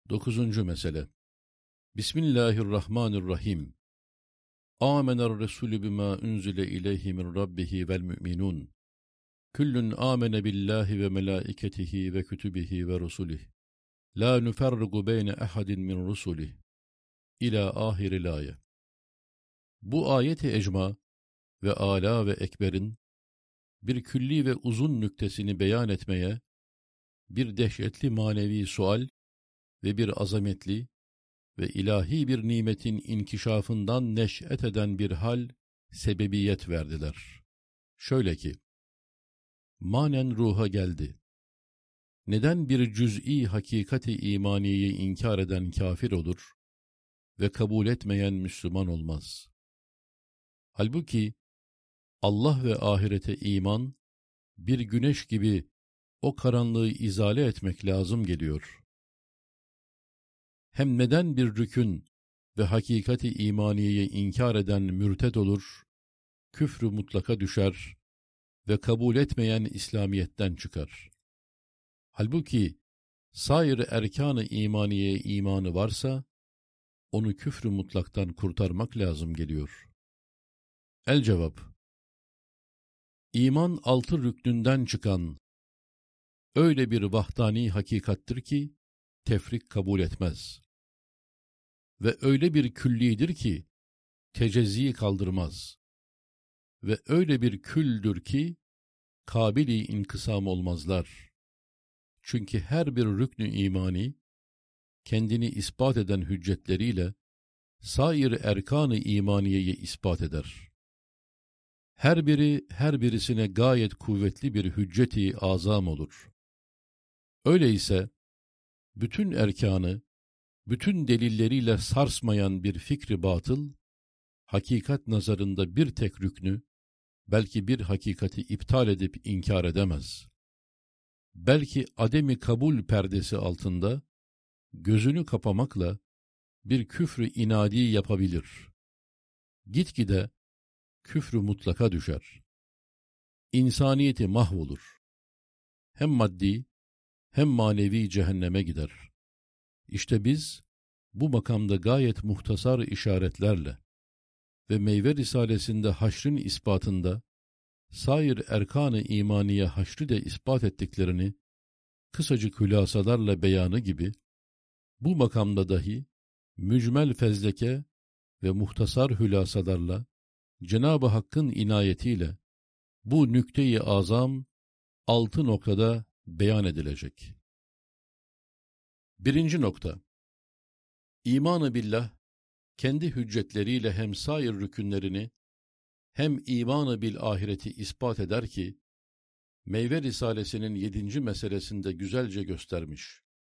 Dokuzuncu mesele. Bismillahirrahmanirrahim. Âmener Resulü bimâ unzile ileyhi min rabbihi vel mü'minun. Küllün âmene billahi ve melâiketihi ve kütübihi ve rusulihi. La nüferrigu beyne ehadin min rusulihi. İlâ ahiril âye. Bu ayet-i ecma ve âlâ ve ekberin bir külli ve uzun nüktesini beyan etmeye, bir dehşetli manevi sual ve bir azametli ve ilahi bir nimetin inkişafından neş'et eden bir hal sebebiyet verdiler. Şöyle ki, manen ruha geldi. Neden bir cüz'i hakikati imaniyeyi inkar eden kafir olur ve kabul etmeyen Müslüman olmaz? Halbuki Allah ve ahirete iman bir güneş gibi o karanlığı izale etmek lazım geliyor. Hem neden bir rükün ve hakikati imaniyeyi inkar eden mürted olur, küfrü mutlaka düşer ve kabul etmeyen İslamiyet'ten çıkar? Halbuki sair erkan-ı imaniyeye imanı varsa, onu küfrü mutlaktan kurtarmak lazım geliyor. El cevap: İman 6 rüknünden çıkan öyle bir vahdani hakikattir ki tefrik kabul etmez ve öyle bir küllidir ki tecezziyi kaldırmaz ve öyle bir küldür ki kabili inkısam olmazlar. Çünkü her bir rüknü imani kendini ispat eden hüccetleriyle sair erkan-ı imaniyeyi ispat eder. Her biri her birisine gayet kuvvetli bir hücceti azam olur. Öyleyse bütün erkanı bütün delilleriyle sarsmayan bir fikri batıl, hakikat nazarında bir tek rüknü, belki bir hakikati iptal edip inkar edemez. Belki ademi kabul perdesi altında, gözünü kapamakla bir küfrü inadi yapabilir. Gitgide küfrü mutlaka düşer. İnsaniyeti mahvolur. Hem maddi hem manevi cehenneme gider. İşte biz bu makamda gayet muhtasar işaretlerle ve Meyve Risalesinde haşrın ispatında sair erkan-ı imaniye haşrı de ispat ettiklerini kısacık hülasalarla beyanı gibi, bu makamda dahi mücmel fezleke ve muhtasar hülasalarla Cenab-ı Hakk'ın inayetiyle bu nükte-i azam 6 noktada beyan edilecek. Birinci nokta: İman-ı billah kendi hüccetleriyle hem sair rükünlerini hem iman-ı bil ahireti ispat eder ki, Meyve Risalesi'nin 7. meselesinde güzelce göstermiş.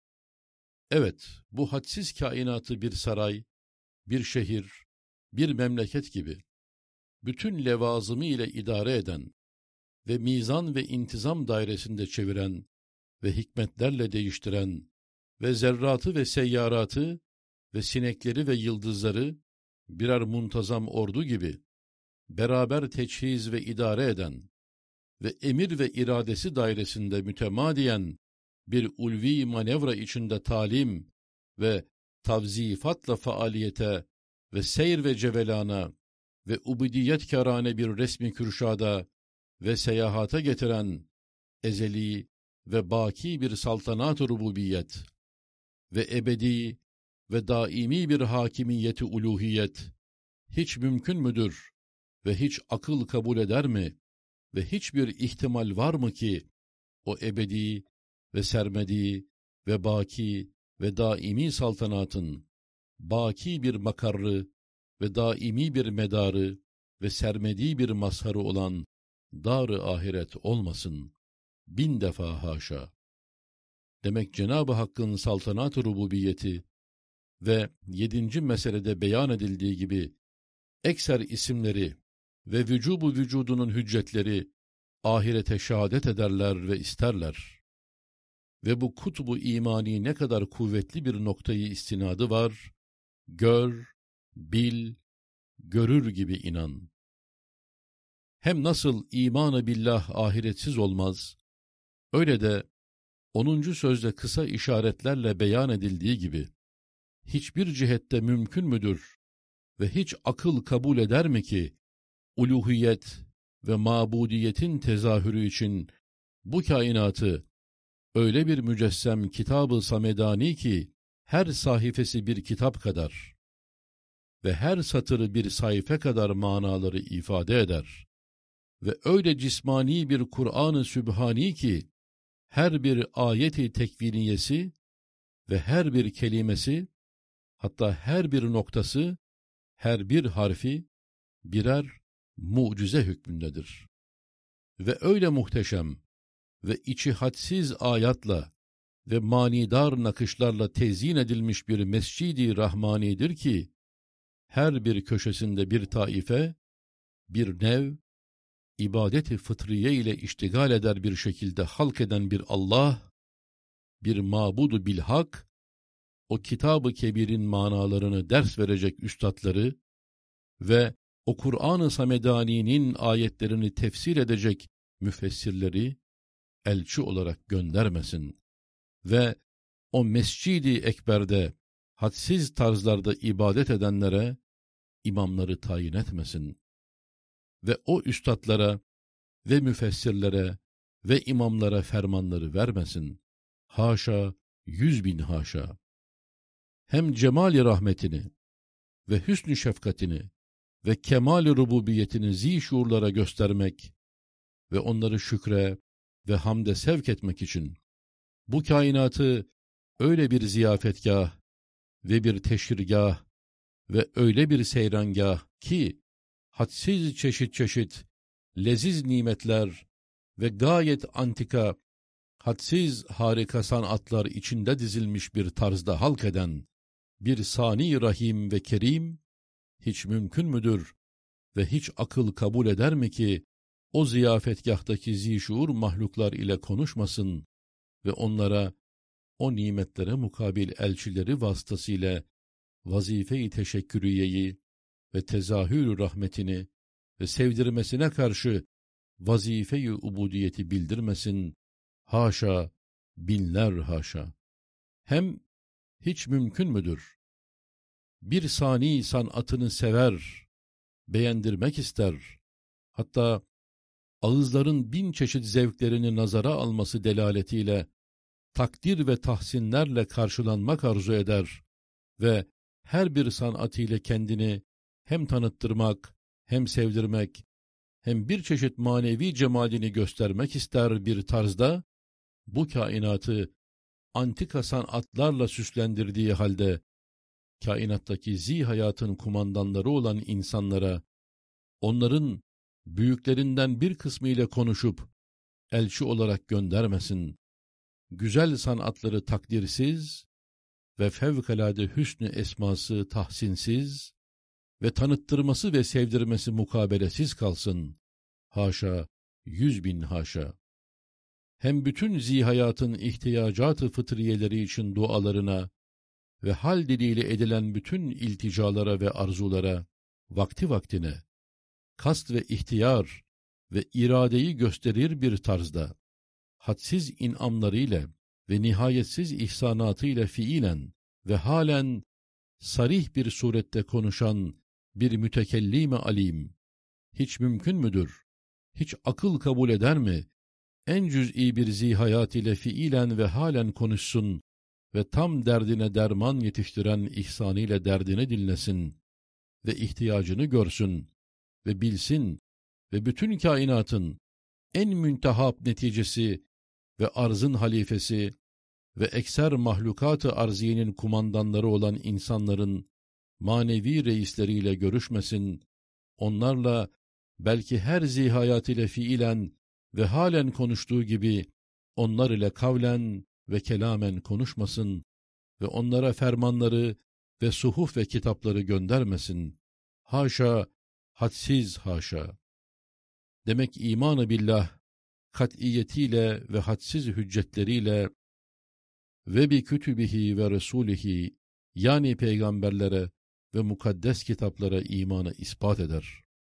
Evet, bu hadsiz kainatı bir saray, bir şehir, bir memleket gibi bütün levazımı ile idare eden ve mizan ve intizam dairesinde çeviren ve hikmetlerle değiştiren ve zerratı ve seyyaratı ve sinekleri ve yıldızları birer muntazam ordu gibi beraber teçhiz ve idare eden ve emir ve iradesi dairesinde mütemadiyen bir ulvi manevra içinde talim ve tavzifatla faaliyete ve seyr ve cevelana ve ubudiyet-kârâne bir resmi kürşada ve seyahata getiren ezeli ve baki bir saltanat-ı rububiyet ve ebedi ve daimi bir hakimiyeti uluhiyet hiç mümkün müdür ve hiç akıl kabul eder mi ve hiçbir ihtimal var mı ki o ebedi ve sermedi ve baki ve daimi saltanatın baki bir makarrı ve daimi bir medarı ve sermedi bir mazharı olan dar-ı ahiret olmasın? 1000 defa haşa. Demek Cenab-ı Hakk'ın saltanat-ı rububiyeti ve 7. meselede beyan edildiği gibi ekser isimleri ve vücubu vücudunun hüccetleri ahirete şehadet ederler ve isterler. Ve bu kutbu imani ne kadar kuvvetli bir noktayı istinadı var, gör, bil, görür gibi inan. Hem nasıl iman-ı billah ahiretsiz olmaz, öyle de 10. sözde kısa işaretlerle beyan edildiği gibi, hiçbir cihette mümkün müdür ve hiç akıl kabul eder mi ki, uluhiyet ve mabudiyetin tezahürü için bu kainatı öyle bir mücessem kitab-ı samedani ki, her sayfası bir kitap kadar ve her satırı bir sayfa kadar manaları ifade eder ve öyle cismani bir Kur'an-ı Sübhani ki, her bir ayeti tekviniyesi ve her bir kelimesi, hatta her bir noktası, her bir harfi birer mucize hükmündedir. Ve öyle muhteşem ve içi hadsiz ayatla ve manidar nakışlarla tezyin edilmiş bir Mescid-i Rahmani'dir ki, her bir köşesinde bir taife, bir nev, ibadet-i fıtriye ile iştigal eder bir şekilde halk eden bir Allah, bir mabudu bilhak, o kitab-ı kebirin manalarını ders verecek üstadları ve o Kur'an-ı Samedani'nin ayetlerini tefsir edecek müfessirleri elçi olarak göndermesin ve o Mescid-i Ekber'de hadsiz tarzlarda ibadet edenlere imamları tayin etmesin ve o üstadlara ve müfessirlere ve imamlara fermanları vermesin. Haşa, 100.000 haşa. Hem cemali rahmetini ve hüsnü şefkatini ve kemal-i rububiyetini zî-şuurlara göstermek ve onları şükre ve hamde sevk etmek için bu kainatı öyle bir ziyafetgâh ve bir teşhirgâh ve öyle bir seyrangâh ki, hadsiz çeşit çeşit leziz nimetler ve gayet antika, hadsiz harika sanatlar içinde dizilmiş bir tarzda halk eden bir sani rahim ve kerim, hiç mümkün müdür ve hiç akıl kabul eder mi ki, o ziyafetgahtaki zîşuur mahluklar ile konuşmasın ve onlara, o nimetlere mukabil elçileri vasıtasıyla vazife-i teşekkürüyeyi ve tezahür rahmetini ve sevdirmesine karşı vazife-i ubudiyeti bildirmesin, haşa, binler haşa. Hem hiç mümkün müdür? Bir sani sanatını sever, beğendirmek ister, hatta ağızların 1000 çeşit zevklerini nazara alması delaletiyle takdir ve tahsinlerle karşılanmak arzu eder ve her bir sanatıyla kendini hem tanıttırmak, hem sevdirmek, hem bir çeşit manevi cemalini göstermek ister bir tarzda, bu kainatı antika sanatlarla süslendirdiği halde, kainattaki hayatın kumandanları olan insanlara, onların büyüklerinden bir kısmı ile konuşup, elçi olarak göndermesin. Güzel sanatları takdirsiz ve fevkalade hüsnü esması tahsinsiz ve tanıttırması ve sevdirmesi mukabelesiz kalsın. Haşa, 100.000 haşa. Hem bütün zihayatın ihtiyacatı fıtriyeleri için dualarına ve hal diliyle edilen bütün ilticalara ve arzulara, vakti vaktine, kast ve ihtiyar ve iradeyi gösterir bir tarzda, hadsiz inamlarıyla ve nihayetsiz ihsanatıyla fiilen ve halen sarih bir surette konuşan bir mütekellime alim, hiç mümkün müdür, hiç akıl kabul eder mi, en cüz'i bir zihayat ile fiilen ve halen konuşsun ve tam derdine derman yetiştiren ihsanıyla derdini dinlesin ve ihtiyacını görsün ve bilsin ve bütün kainatın en müntehap neticesi ve arzın halifesi ve ekser mahlukat-ı arziyenin kumandanları olan insanların manevi reisleriyle görüşmesin, onlarla belki her zihayat ile fiilen ve halen konuştuğu gibi onlar ile kavlen ve kelamen konuşmasın ve onlara fermanları ve suhuf ve kitapları göndermesin. Haşa, hadsiz haşa. Demek iman-ı billah, kat'iyetiyle ve hadsiz hüccetleriyle ve bi kütübihi ve resulihi, yani peygamberlere ve mukaddes kitaplara imanı ispat eder.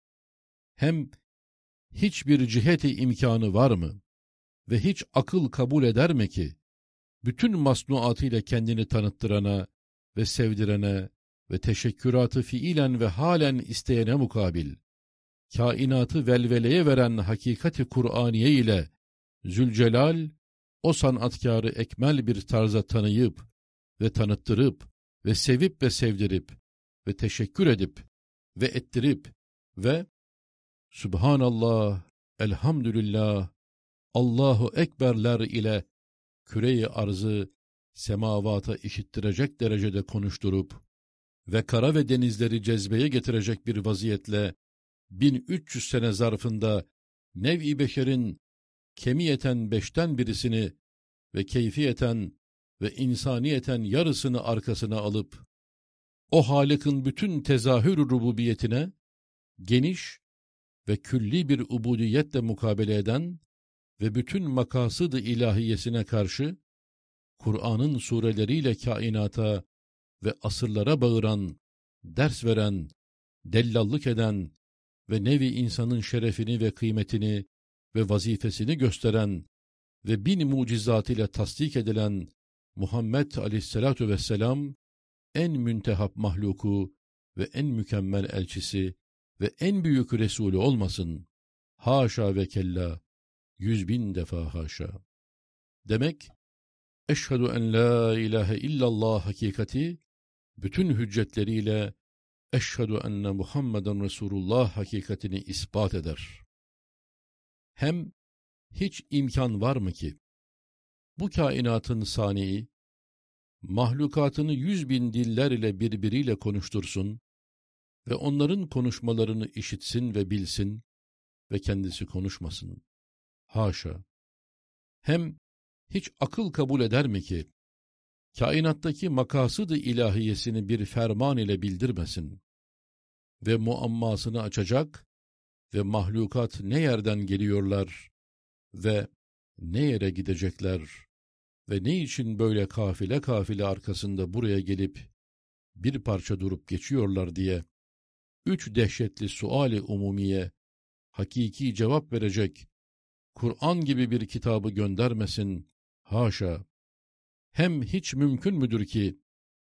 Hem hiçbir ciheti imkanı var mı ve hiç akıl kabul eder mi ki, bütün masnuatıyla kendini tanıttırana ve sevdirene ve teşekküratı fiilen ve halen isteyene mukabil, kainatı velveleye veren hakikati Kur'aniye ile Zülcelal, o sanatkarı ekmel bir tarza tanıyıp ve tanıttırıp ve sevip ve sevdirip ve teşekkür edip ve ettirip ve Subhanallah, Elhamdülillah, Allahu Ekberler ile küre-i arzı semavata işittirecek derecede konuşturup ve kara ve denizleri cezbeye getirecek bir vaziyetle 1300 sene zarfında nev-i beşerin kemiyeten beşten birisini ve keyfiyeten ve insaniyeten yarısını arkasına alıp o Halık'ın bütün tezahür-ü rububiyetine geniş ve külli bir ubudiyetle mukabele eden ve bütün makasıd-ı ilahiyesine karşı Kur'an'ın sureleriyle kainata ve asırlara bağıran, ders veren, dellallık eden ve nevi insanın şerefini ve kıymetini ve vazifesini gösteren ve bin mucizat ile tasdik edilen Muhammed Aleyhisselatu Vesselam en müntehap mahluku ve en mükemmel elçisi ve en büyük Resulü olmasın. Haşa ve kella, 100.000 defa haşa. Demek, eşhedü en la ilahe illallah hakikati, bütün hüccetleriyle eşhedü enne Muhammeden Resulullah hakikatini ispat eder. Hem hiç imkan var mı ki, bu kainatın sani'i, mahlukatını 100.000 diller ile birbiriyle konuştursun ve onların konuşmalarını işitsin ve bilsin ve kendisi konuşmasın. Haşa! Hem hiç akıl kabul eder mi ki, kainattaki makasıd-ı ilahiyesini bir ferman ile bildirmesin ve muammasını açacak ve mahlukat ne yerden geliyorlar ve ne yere gidecekler ve ne için böyle kafile kafile arkasında buraya gelip bir parça durup geçiyorlar diye 3 dehşetli suali umumiye hakiki cevap verecek Kur'an gibi bir kitabı göndermesin, haşa! Hem hiç mümkün müdür ki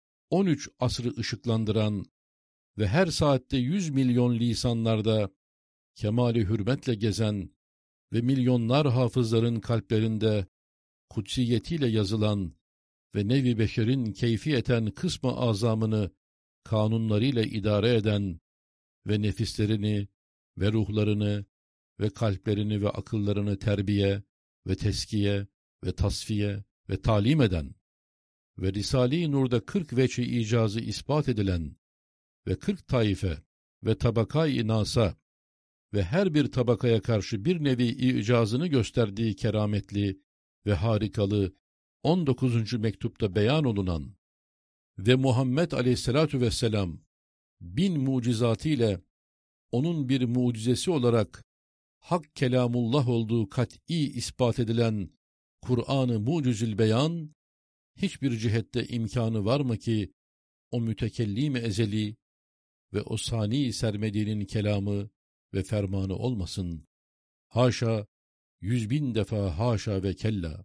13 asrı ışıklandıran ve her saatte 100 milyon lisanlarda kemali hürmetle gezen ve milyonlar hafızların kalplerinde kutsiyetiyle yazılan ve nevi beşerin keyfiyeten kısmı azamını kanunlarıyla idare eden ve nefislerini ve ruhlarını ve kalplerini ve akıllarını terbiye ve teskiye ve tasfiye ve talim eden ve Risale-i Nur'da 40 veçh-i icazı ispat edilen ve 40 taife ve tabaka-i nasa ve her bir tabakaya karşı bir nevi icazını gösterdiği kerametli ve harikalı 19. mektupta beyan olunan ve Muhammed Aleyhisselatu Vesselam 1000 mucizatı ile onun bir mucizesi olarak hak kelamullah olduğu kat'i ispat edilen Kur'an-ı Mucizül Beyan, hiçbir cihette imkanı var mı ki o mütekellim-i ezeli ve o sani sermediğinin kelamı ve fermanı olmasın? Haşa, 100.000 defa haşa ve kella.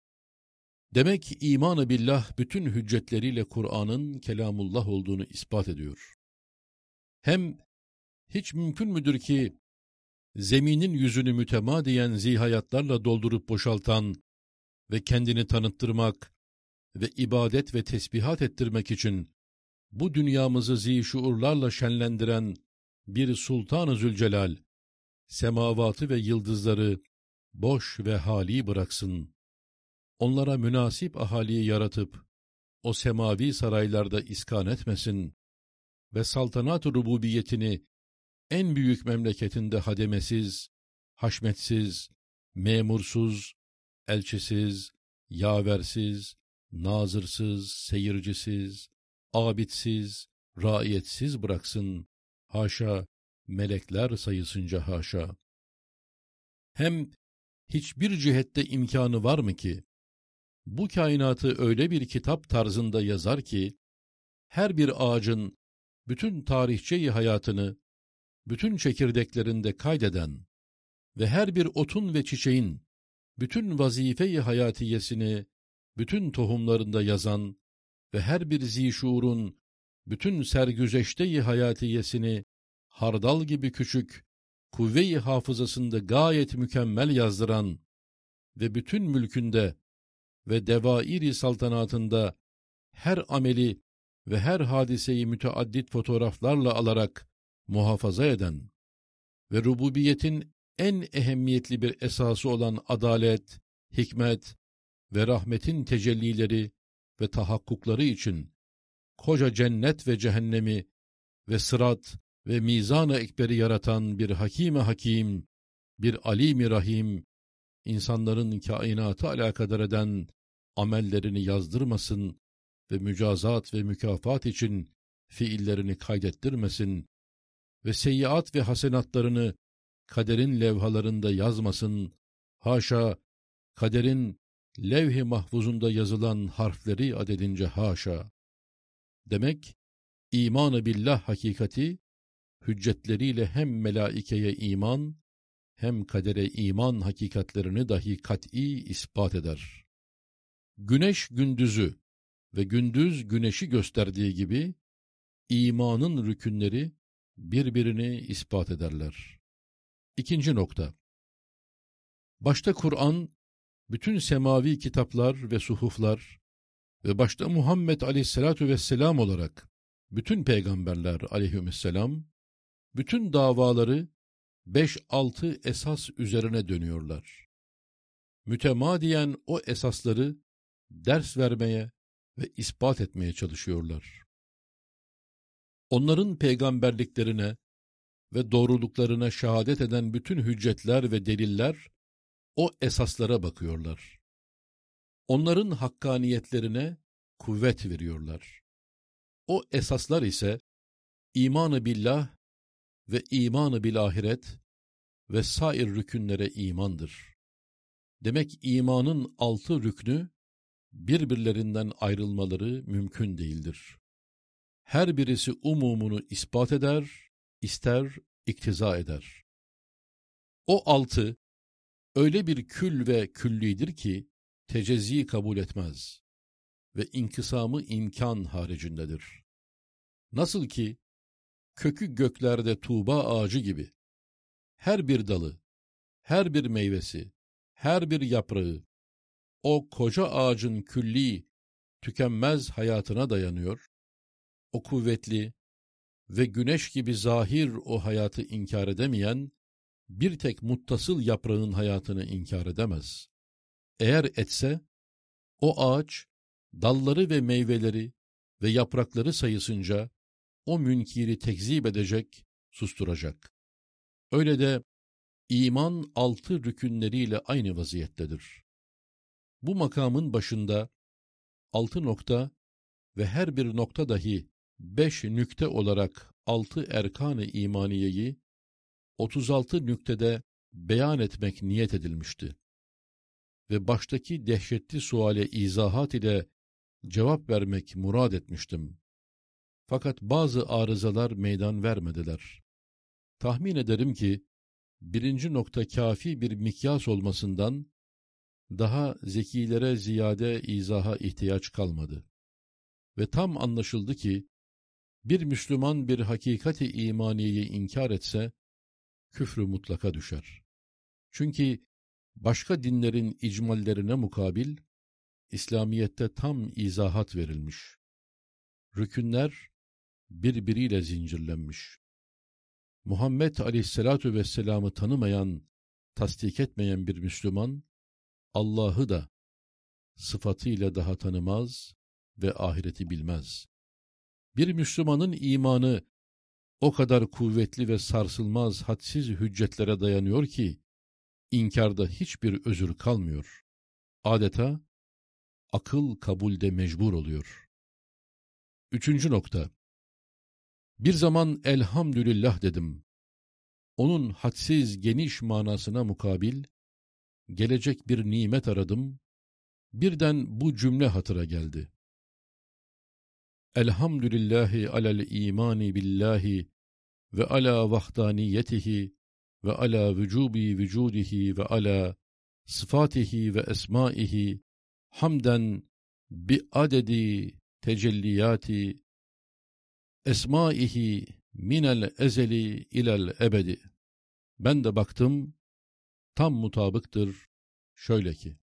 Demek iman-ı billah bütün hüccetleriyle Kur'an'ın kelamullah olduğunu ispat ediyor. Hem hiç mümkün müdür ki zeminin yüzünü mütemadiyen zihayatlarla doldurup boşaltan ve kendini tanıttırmak ve ibadet ve tesbihat ettirmek için bu dünyamızı zişuurlarla şenlendiren bir Sultan-ı Zülcelal, semavatı ve yıldızları boş ve hali bıraksın, onlara münasip ahaliyi yaratıp o semavi saraylarda iskan etmesin ve saltanat-ı rububiyetini en büyük memleketinde hademesiz, haşmetsiz, memursuz, elçisiz, yaversiz, nazırsız, seyircisiz, abidsiz, raiyetsiz bıraksın, haşa, melekler sayısınca haşa. Hem hiçbir cihette imkanı var mı ki, bu kainatı öyle bir kitap tarzında yazar ki, her bir ağacın bütün tarihçeyi hayatını, bütün çekirdeklerinde kaydeden ve her bir otun ve çiçeğin bütün vazife-i hayatiyesini bütün tohumlarında yazan ve her bir zişuurun bütün sergüzeşte-i hayatiyesini hardal gibi küçük, kuvve-i hafızasında gayet mükemmel yazdıran ve bütün mülkünde ve devair-i saltanatında her ameli ve her hadiseyi müteaddit fotoğraflarla alarak muhafaza eden ve rububiyetin en ehemmiyetli bir esası olan adalet, hikmet ve rahmetin tecellileri ve tahakkukları için koca cennet ve cehennemi ve sırat ve mizan-ı ekberi yaratan bir hakîm-i hakim, bir alîm-i rahim, insanların kainatı alakadar eden amellerini yazdırmasın ve mücazat ve mükafat için fiillerini kaydettirmesin ve seyyiat ve hasenatlarını kaderin levhalarında yazmasın, haşa, kaderin levh-i mahfuzunda yazılan harfleri adedince haşa. Demek, iman-ı billah hakikati, hüccetleriyle hem melaikeye iman, hem kadere iman hakikatlerini dahi kat'î ispat eder. Güneş gündüzü ve gündüz güneşi gösterdiği gibi, imanın rükünleri birbirini ispat ederler. İkinci nokta. Başta Kur'an, bütün semavi kitaplar ve suhuflar ve başta Muhammed Aleyhisselatu Vesselam olarak bütün peygamberler aleyhisselam, bütün davaları 5-6 esas üzerine dönüyorlar. Mütemadiyen o esasları ders vermeye ve ispat etmeye çalışıyorlar. Onların peygamberliklerine ve doğruluklarına şehadet eden bütün hüccetler ve deliller o esaslara bakıyorlar. Onların hakkaniyetlerine kuvvet veriyorlar. O esaslar ise iman-ı billah ve iman-ı bil ahiret ve sair rükünlere imandır. Demek imanın 6 rüknü birbirlerinden ayrılmaları mümkün değildir. Her birisi umumunu ispat eder, ister iktiza eder. O 6 öyle bir kül ve küllidir ki tecezzi kabul etmez ve inkısamı imkan haricindedir. Nasıl ki kökü göklerde tuğba ağacı gibi her bir dalı, her bir meyvesi, her bir yaprağı o koca ağacın külli, tükenmez hayatına dayanıyor, o kuvvetli ve güneş gibi zahir o hayatı inkar edemeyen bir tek muttasıl yaprağın hayatını inkar edemez. Eğer etse, o ağaç dalları ve meyveleri ve yaprakları sayısınca o münkiri tekzip edecek, susturacak. Öyle de iman 6 rükünleriyle aynı vaziyettedir. Bu makamın başında 6 nokta ve her bir nokta dahi 5 nükte olarak 6 erkan-ı imaniyeyi 36 nüktede beyan etmek niyet edilmişti. Ve baştaki dehşetli suale izahat ile cevap vermek murad etmiştim. Fakat bazı arızalar meydan vermediler. Tahmin ederim ki, birinci nokta kafi bir mikyas olmasından, daha zekilere ziyade izaha ihtiyaç kalmadı. Ve tam anlaşıldı ki, bir Müslüman bir hakikati imaniyeyi inkar etse, küfrü mutlaka düşer. Çünkü başka dinlerin icmallerine mukabil, İslamiyet'te tam izahat verilmiş. Rükünler birbiriyle zincirlenmiş. Muhammed Aleyhisselatu Vesselam'ı tanımayan, tasdik etmeyen bir Müslüman, Allah'ı da sıfatıyla daha tanımaz ve ahireti bilmez. Bir Müslümanın imanı o kadar kuvvetli ve sarsılmaz hadsiz hüccetlere dayanıyor ki, inkarda hiçbir özür kalmıyor. Adeta akıl kabulde mecbur oluyor. Üçüncü nokta. Bir zaman elhamdülillah dedim. Onun hadsiz geniş manasına mukabil, gelecek bir nimet aradım. Birden bu cümle hatıra geldi. Elhamdülillahi alel imani billahi ve ala vahdaniyetihi ve ala vücubi vücudihi ve ala sıfatihi ve esmaihi hamden bi adedi tecelliyati esmaihi minel ezeli ilel ebedi. Ben de baktım, tam mutabıktır şöyle ki: